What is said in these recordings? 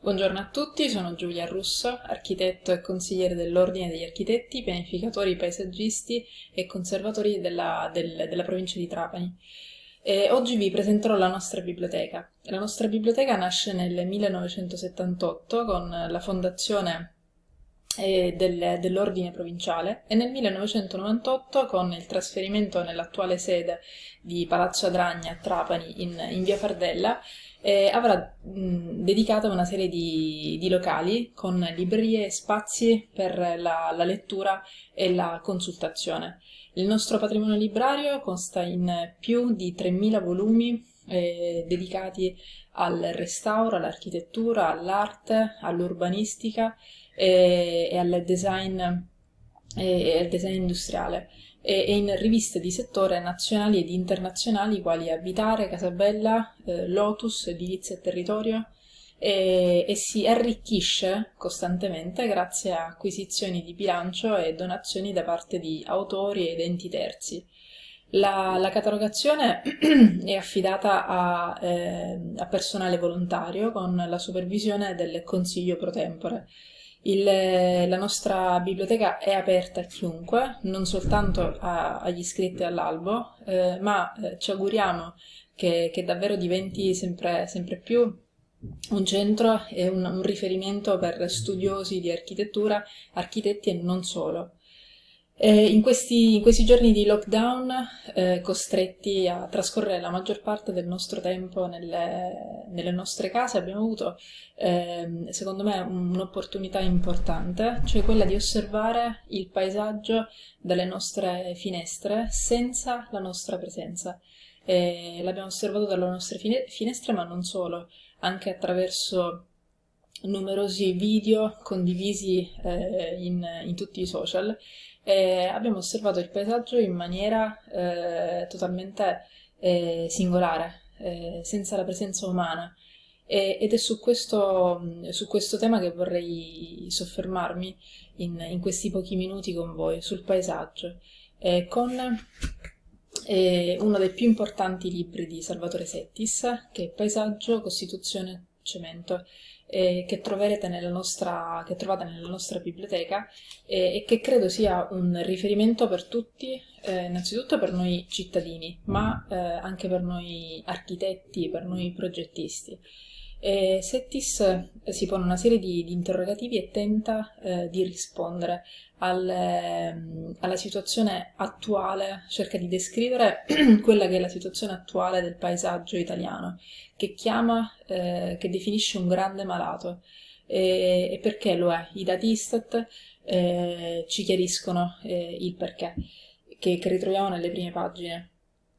Buongiorno a tutti, sono Giulia Russo, architetto e consigliere dell'Ordine degli Architetti, pianificatori, paesaggisti e conservatori della provincia di Trapani. Oggi vi presenterò la nostra biblioteca. La nostra biblioteca nasce nel 1978 con la fondazione dell'ordine provinciale e nel 1998 con il trasferimento nell'attuale sede di Palazzo Adragna a Trapani in via Fardella avrà dedicata una serie di locali con librerie e spazi per la lettura e la consultazione. Il nostro patrimonio librario consta in più di 3.000 volumi dedicati al restauro, all'architettura, all'arte, all'urbanistica e al design industriale e in riviste di settore nazionali ed internazionali quali Abitare, Casabella, Lotus, Edilizia e Territorio e si arricchisce costantemente grazie a acquisizioni di bilancio e donazioni da parte di autori ed enti terzi. La catalogazione è affidata a personale volontario con la supervisione del Consiglio pro tempore. La nostra biblioteca è aperta a chiunque, non soltanto agli iscritti all'albo, ma ci auguriamo che davvero diventi sempre più un centro e un riferimento per studiosi di architettura, architetti e non solo. In questi giorni di lockdown, costretti a trascorrere la maggior parte del nostro tempo nelle nostre case, abbiamo avuto, secondo me, un'opportunità importante, cioè quella di osservare il paesaggio dalle nostre finestre senza la nostra presenza. L'abbiamo osservato dalle nostre finestre, ma non solo, anche attraverso numerosi video condivisi in tutti i social. Abbiamo osservato il paesaggio in maniera totalmente singolare, senza la presenza umana. Ed è su questo tema che vorrei soffermarmi in questi pochi minuti con voi, sul paesaggio, con uno dei più importanti libri di Salvatore Settis, che è Paesaggio, Costituzione, Cemento, che trovate nella nostra biblioteca e che credo sia un riferimento per tutti, innanzitutto per noi cittadini, ma anche per noi architetti, per noi progettisti. Settis si pone una serie di interrogativi e tenta di rispondere alla situazione attuale, cerca di descrivere quella che è la situazione attuale del paesaggio italiano, che che definisce un grande malato. E perché lo è? I dati Istat ci chiariscono il perché, che ritroviamo nelle prime pagine.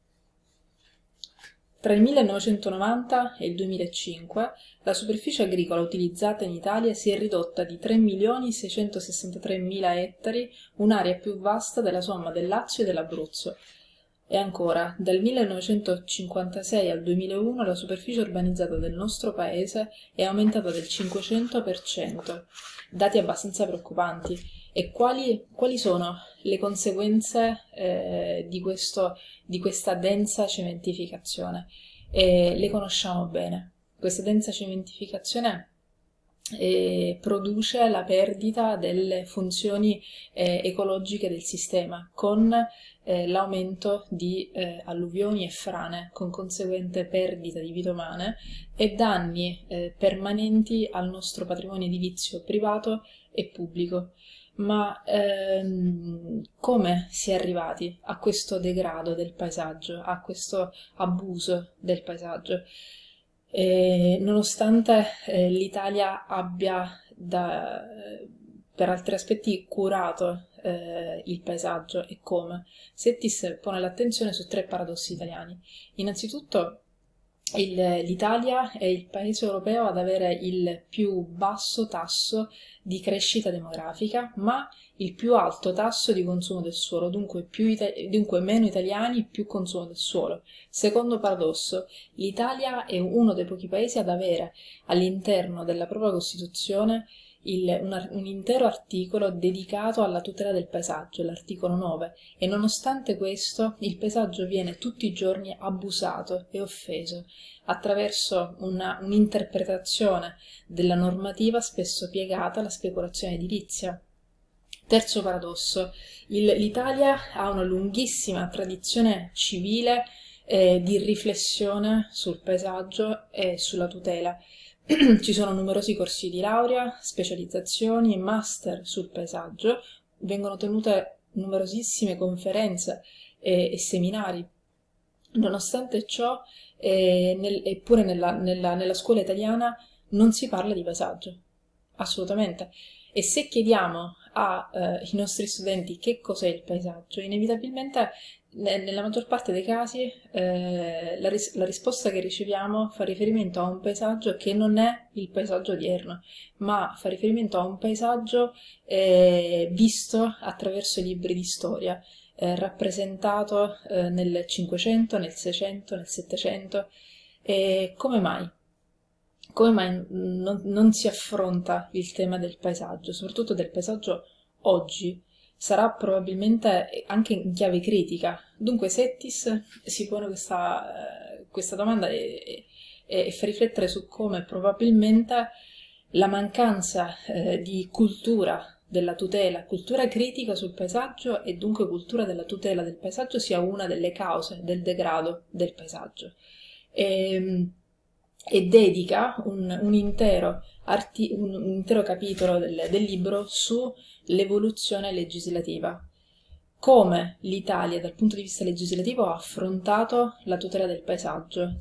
Tra il 1990 e il 2005 la superficie agricola utilizzata in Italia si è ridotta di 3.663.000 ettari, un'area più vasta della somma del Lazio e dell'Abruzzo. E ancora, dal 1956 al 2001 la superficie urbanizzata del nostro paese è aumentata del 500%, dati abbastanza preoccupanti. E quali sono le conseguenze di questa densa cementificazione? Le conosciamo bene. Questa densa cementificazione produce la perdita delle funzioni ecologiche del sistema, con l'aumento di alluvioni e frane, con conseguente perdita di vite umane e danni permanenti al nostro patrimonio edilizio privato e pubblico. Ma come si è arrivati a questo degrado del paesaggio, a questo abuso del paesaggio? Nonostante l'Italia abbia per altri aspetti curato il paesaggio e come, Settis pone l'attenzione su tre paradossi italiani. Innanzitutto, l'Italia è il paese europeo ad avere il più basso tasso di crescita demografica, ma il più alto tasso di consumo del suolo, dunque meno italiani, più consumo del suolo. Secondo paradosso, l'Italia è uno dei pochi paesi ad avere all'interno della propria Costituzione un intero articolo dedicato alla tutela del paesaggio, l'articolo 9, e nonostante questo il paesaggio viene tutti i giorni abusato e offeso attraverso un'interpretazione della normativa spesso piegata alla speculazione edilizia. Terzo paradosso, l'Italia ha una lunghissima tradizione civile di riflessione sul paesaggio e sulla tutela. Ci sono numerosi corsi di laurea, specializzazioni e master sul paesaggio, vengono tenute numerosissime conferenze e seminari. Nonostante ciò, eppure nella scuola italiana non si parla di paesaggio, assolutamente. E se chiediamo ai nostri studenti che cos'è il paesaggio, inevitabilmente nella maggior parte dei casi la risposta che riceviamo fa riferimento a un paesaggio che non è il paesaggio odierno, ma fa riferimento a un paesaggio visto attraverso i libri di storia, rappresentato nel 500, nel 600, nel 700. Come mai? Come mai non si affronta il tema del paesaggio, soprattutto del paesaggio oggi? Sarà probabilmente anche in chiave critica. Dunque Settis si pone questa domanda e fa riflettere su come probabilmente la mancanza di cultura della tutela, cultura critica sul paesaggio e dunque cultura della tutela del paesaggio sia una delle cause del degrado del paesaggio. E dedica un intero capitolo del libro sull'evoluzione legislativa. Come l'Italia dal punto di vista legislativo ha affrontato la tutela del paesaggio,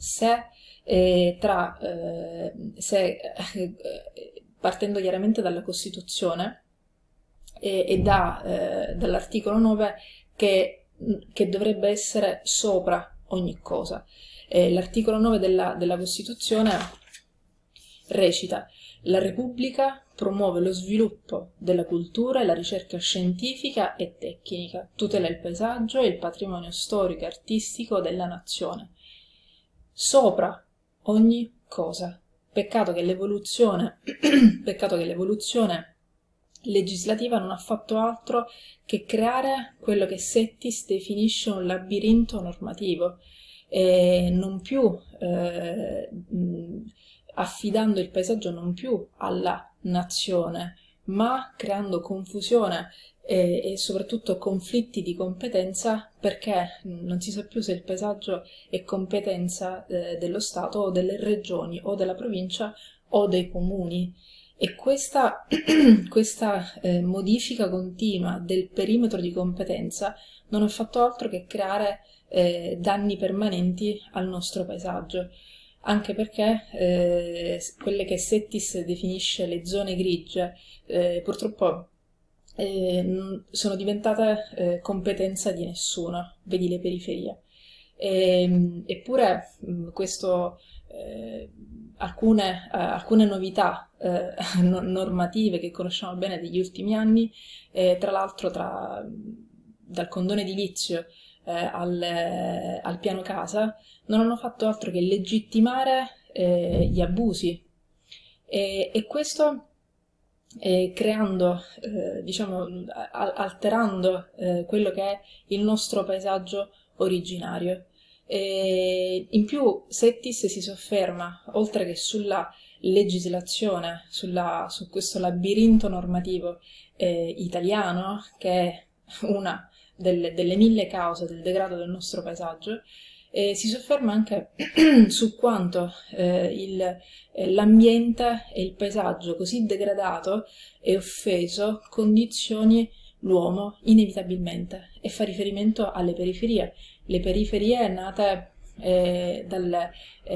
partendo chiaramente dalla Costituzione e dall'articolo 9 che dovrebbe essere sopra ogni cosa. L'articolo 9 della Costituzione recita: la Repubblica promuove lo sviluppo della cultura e la ricerca scientifica e tecnica, tutela il paesaggio e il patrimonio storico e artistico della nazione. Sopra ogni cosa. Peccato che l'evoluzione legislativa non ha fatto altro che creare quello che Settis definisce un labirinto normativo, non più affidando il paesaggio non più alla nazione, ma creando confusione e soprattutto conflitti di competenza, perché non si sa più se il paesaggio è competenza dello Stato o delle regioni o della provincia o dei comuni. E questa modifica continua del perimetro di competenza non ha fatto altro che creare danni permanenti al nostro paesaggio, anche perché quelle che Settis definisce le zone grigie purtroppo sono diventate competenza di nessuno, vedi le periferie. Eppure alcune novità normative che conosciamo bene degli ultimi anni, tra l'altro dal condono edilizio al piano casa, non hanno fatto altro che legittimare gli abusi e questo creando, alterando quello che è il nostro paesaggio originario. In più Settis si sofferma, oltre che sulla legislazione, su questo labirinto normativo italiano, che è una delle mille cause del degrado del nostro paesaggio, si sofferma anche su quanto l'ambiente e il paesaggio così degradato e offeso condizioni l'uomo inevitabilmente, e fa riferimento alle periferie. Le periferie nate dal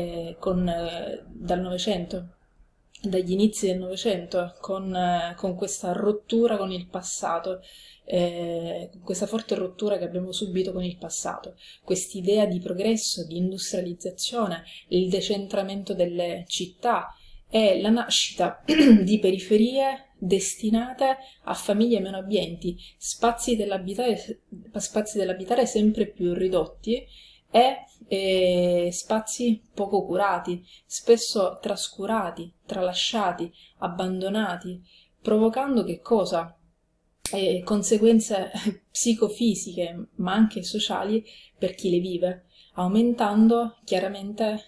Novecento, dagli inizi del Novecento, con questa rottura con il passato, questa forte rottura che abbiamo subito con il passato, quest'idea di progresso, di industrializzazione, il decentramento delle città e la nascita di periferie destinate a famiglie meno abbienti, spazi dell'abitare sempre più ridotti e spazi poco curati, spesso trascurati, tralasciati, abbandonati, provocando che cosa? Conseguenze psicofisiche ma anche sociali per chi le vive, aumentando chiaramente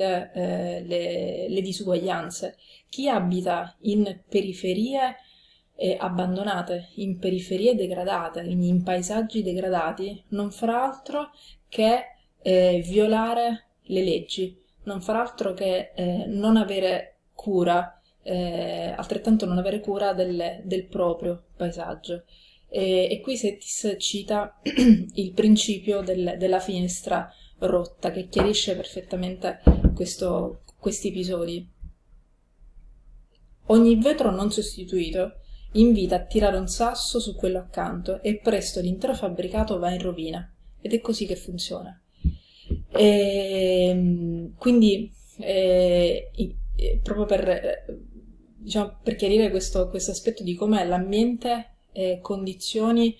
le disuguaglianze. Chi abita in periferie abbandonate, in periferie degradate, in paesaggi degradati, non farà altro che violare le leggi, non farà altro che non avere cura, altrettanto non avere cura del proprio paesaggio. E qui Settis cita il principio della finestra rotta, che chiarisce perfettamente questi episodi. Ogni vetro non sostituito invita a tirare un sasso su quello accanto e presto l'intero fabbricato va in rovina. Ed è così che funziona. Quindi, proprio per chiarire questo aspetto di come l'ambiente condizioni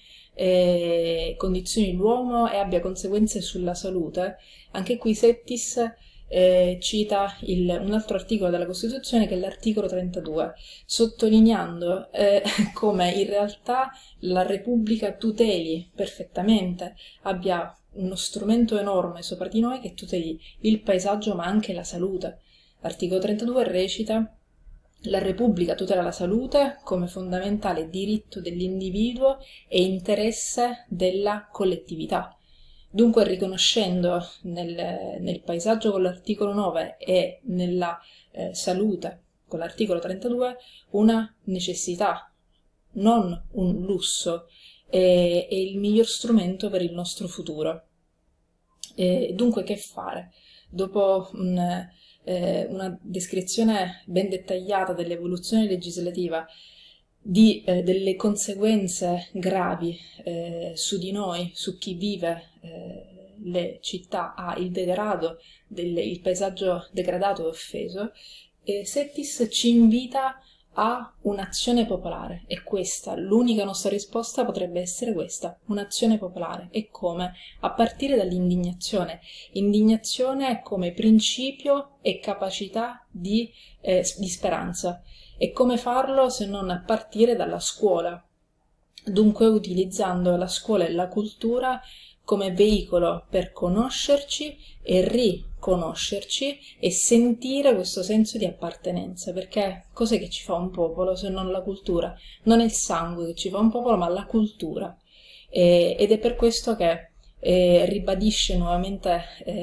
l'uomo e abbia conseguenze sulla salute, anche qui Settis cita un altro articolo della Costituzione, che è l'articolo 32, sottolineando come in realtà la Repubblica tuteli perfettamente, abbia uno strumento enorme sopra di noi che tuteli il paesaggio ma anche la salute. L'articolo 32 recita: la Repubblica tutela la salute come fondamentale diritto dell'individuo e interesse della collettività. Dunque, riconoscendo nel paesaggio con l'articolo 9 e nella salute con l'articolo 32 una necessità, non un lusso, è il miglior strumento per il nostro futuro. Dunque, che fare? Dopo una descrizione ben dettagliata dell'evoluzione legislativa, delle conseguenze gravi su di noi, su chi vive le città, il degrado, il paesaggio degradato e offeso, Settis ci invita a un'azione popolare, e questa, l'unica nostra risposta potrebbe essere questa, un'azione popolare. E come? A partire dall'indignazione. Indignazione come principio e capacità di speranza. E come farlo se non a partire dalla scuola? Dunque utilizzando la scuola e la cultura come veicolo per conoscerci e riconoscerci e sentire questo senso di appartenenza, perché cos'è che ci fa un popolo se non la cultura? Non è il sangue che ci fa un popolo, ma la cultura. Ed è per questo che ribadisce nuovamente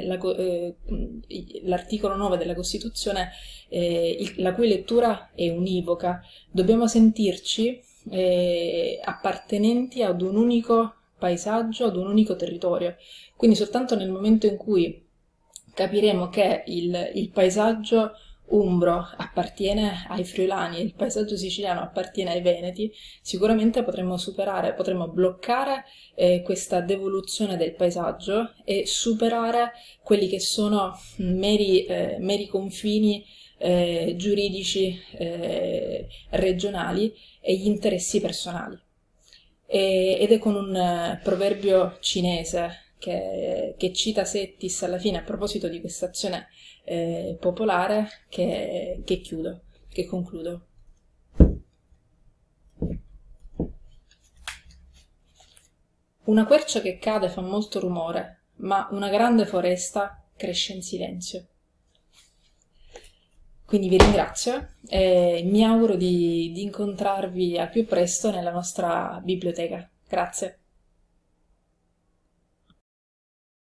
l'articolo 9 della Costituzione, la cui lettura è univoca. Dobbiamo sentirci appartenenti ad un unico paesaggio, ad un unico territorio. Quindi soltanto nel momento in cui capiremo che il paesaggio umbro appartiene ai friulani e il paesaggio siciliano appartiene ai veneti, sicuramente potremo bloccare questa devoluzione del paesaggio e superare quelli che sono meri confini giuridici regionali e gli interessi personali. Ed è con un proverbio cinese che cita Settis alla fine a proposito di questa azione popolare che concludo. Una quercia che cade fa molto rumore, ma una grande foresta cresce in silenzio. Quindi vi ringrazio e mi auguro di incontrarvi al più presto nella nostra biblioteca. Grazie.